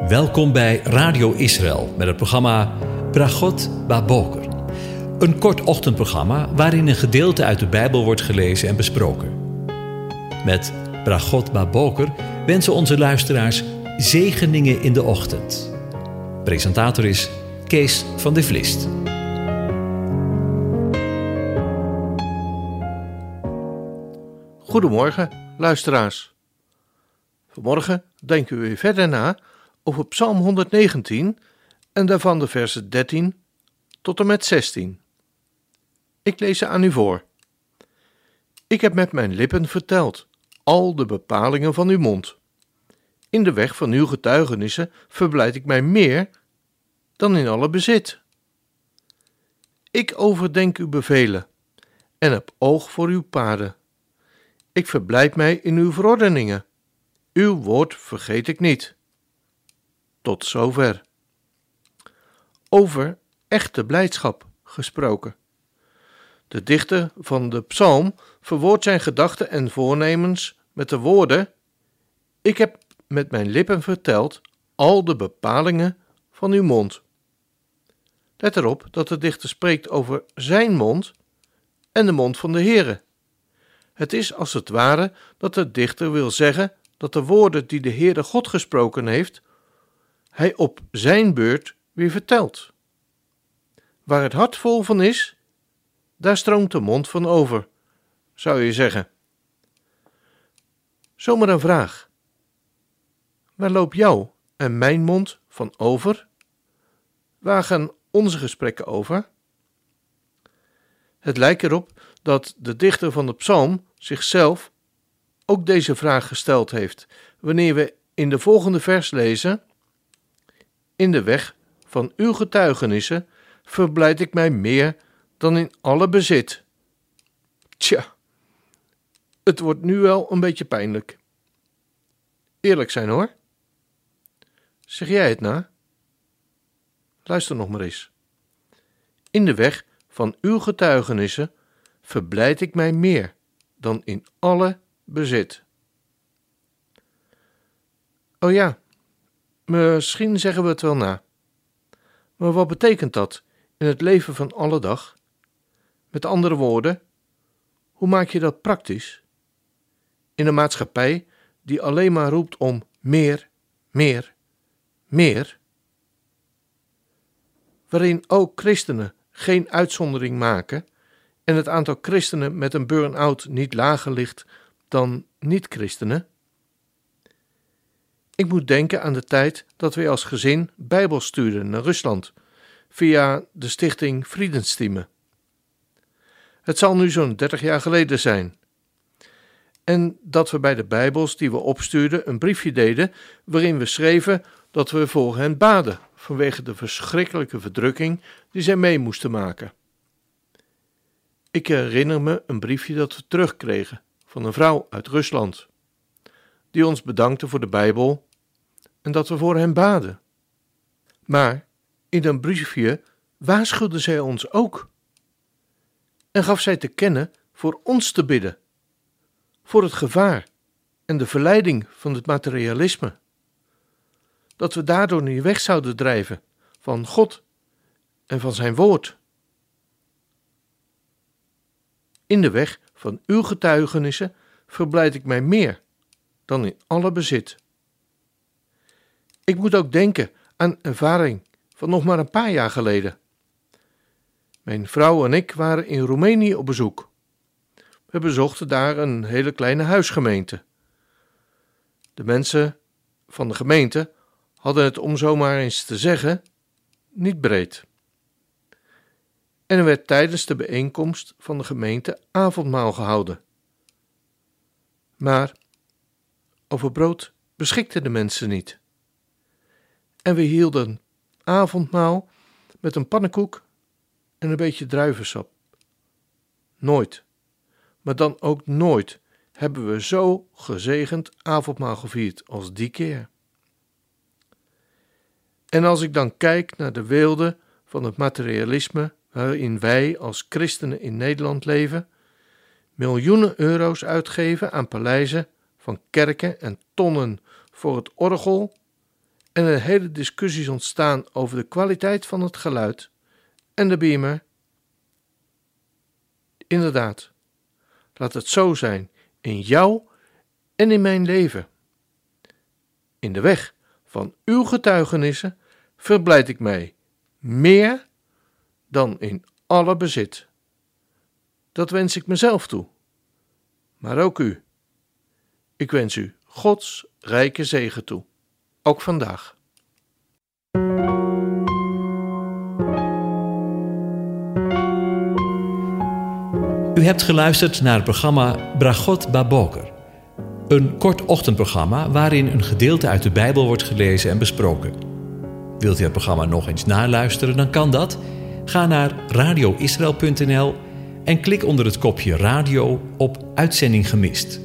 Welkom bij Radio Israël met het programma Bragot Baboker. Een kort ochtendprogramma waarin een gedeelte uit de Bijbel wordt gelezen en besproken. Met Bragot Baboker wensen onze luisteraars zegeningen in de ochtend. Presentator is Kees van de Vlist. Goedemorgen, luisteraars. Vanmorgen denken we weer verder na over Psalm 119 en daarvan de versen 13 tot en met 16. Ik lees ze aan u voor. Ik heb met mijn lippen verteld al de bepalingen van uw mond. In de weg van uw getuigenissen verblijd ik mij meer dan in alle bezit. Ik overdenk uw bevelen en heb oog voor uw paden. Ik verblijd mij in uw verordeningen. Uw woord vergeet ik niet. Tot zover. Over echte blijdschap gesproken. De dichter van de psalm verwoordt zijn gedachten en voornemens met de woorden: Ik heb met mijn lippen verteld al de bepalingen van uw mond. Let erop dat de dichter spreekt over zijn mond en de mond van de Heere. Het is als het ware dat de dichter wil zeggen dat de woorden die de Heere God gesproken heeft, hij op zijn beurt weer vertelt. Waar het hart vol van is, daar stroomt de mond van over, zou je zeggen. Zomaar een vraag. Waar loopt jouw en mijn mond van over? Waar gaan onze gesprekken over? Het lijkt erop dat de dichter van de psalm zichzelf ook deze vraag gesteld heeft, wanneer we in de volgende vers lezen: In de weg van uw getuigenissen verblijd ik mij meer dan in alle bezit. Tja, het wordt nu wel een beetje pijnlijk. Eerlijk zijn hoor. Zeg jij het na? Luister nog maar eens. In de weg van uw getuigenissen verblijd ik mij meer dan in alle bezit. Oh ja, misschien zeggen we het wel na. Maar wat betekent dat in het leven van alle dag? Met andere woorden, hoe maak je dat praktisch? In een maatschappij die alleen maar roept om meer, meer, meer, waarin ook christenen geen uitzondering maken en het aantal christenen met een burn-out niet lager ligt dan niet-christenen. Ik moet denken aan de tijd dat wij als gezin Bijbel stuurden naar Rusland via de stichting Friedenstieme. Het zal nu zo'n 30 jaar geleden zijn. En dat we bij de Bijbels die we opstuurden een briefje deden waarin we schreven dat we voor hen baden vanwege de verschrikkelijke verdrukking die zij mee moesten maken. Ik herinner me een briefje dat we terugkregen van een vrouw uit Rusland, die ons bedankte voor de Bijbel en dat we voor hen baden. Maar in een briefje waarschuwde zij ons ook en gaf zij te kennen voor ons te bidden, voor het gevaar en de verleiding van het materialisme, dat we daardoor niet weg zouden drijven van God en van zijn woord. In de weg van uw getuigenissen verblijd ik mij meer dan in alle bezit. Ik moet ook denken aan ervaring van nog maar een paar jaar geleden. Mijn vrouw en ik waren in Roemenië op bezoek. We bezochten daar een hele kleine huisgemeente. De mensen van de gemeente hadden het, om zo maar eens te zeggen, niet breed. En er werd tijdens de bijeenkomst van de gemeente avondmaal gehouden. Maar over brood beschikten de mensen niet. En we hielden avondmaal met een pannenkoek en een beetje druivensap. Nooit, maar dan ook nooit, hebben we zo gezegend avondmaal gevierd als die keer. En als ik dan kijk naar de weelde van het materialisme waarin wij als christenen in Nederland leven, miljoenen euro's uitgeven aan paleizen van kerken en tonnen voor het orgel en er hele discussies ontstaan over de kwaliteit van het geluid en de beamer. Inderdaad, laat het zo zijn in jou en in mijn leven. In de weg van uw getuigenissen verblijd ik mij meer dan in alle bezit. Dat wens ik mezelf toe, maar ook u. Ik wens u Gods rijke zegen toe, ook vandaag. U hebt geluisterd naar het programma Bragot Baboker. Een kort ochtendprogramma waarin een gedeelte uit de Bijbel wordt gelezen en besproken. Wilt u het programma nog eens naluisteren, dan kan dat. Ga naar radioisrael.nl en klik onder het kopje radio op Uitzending gemist.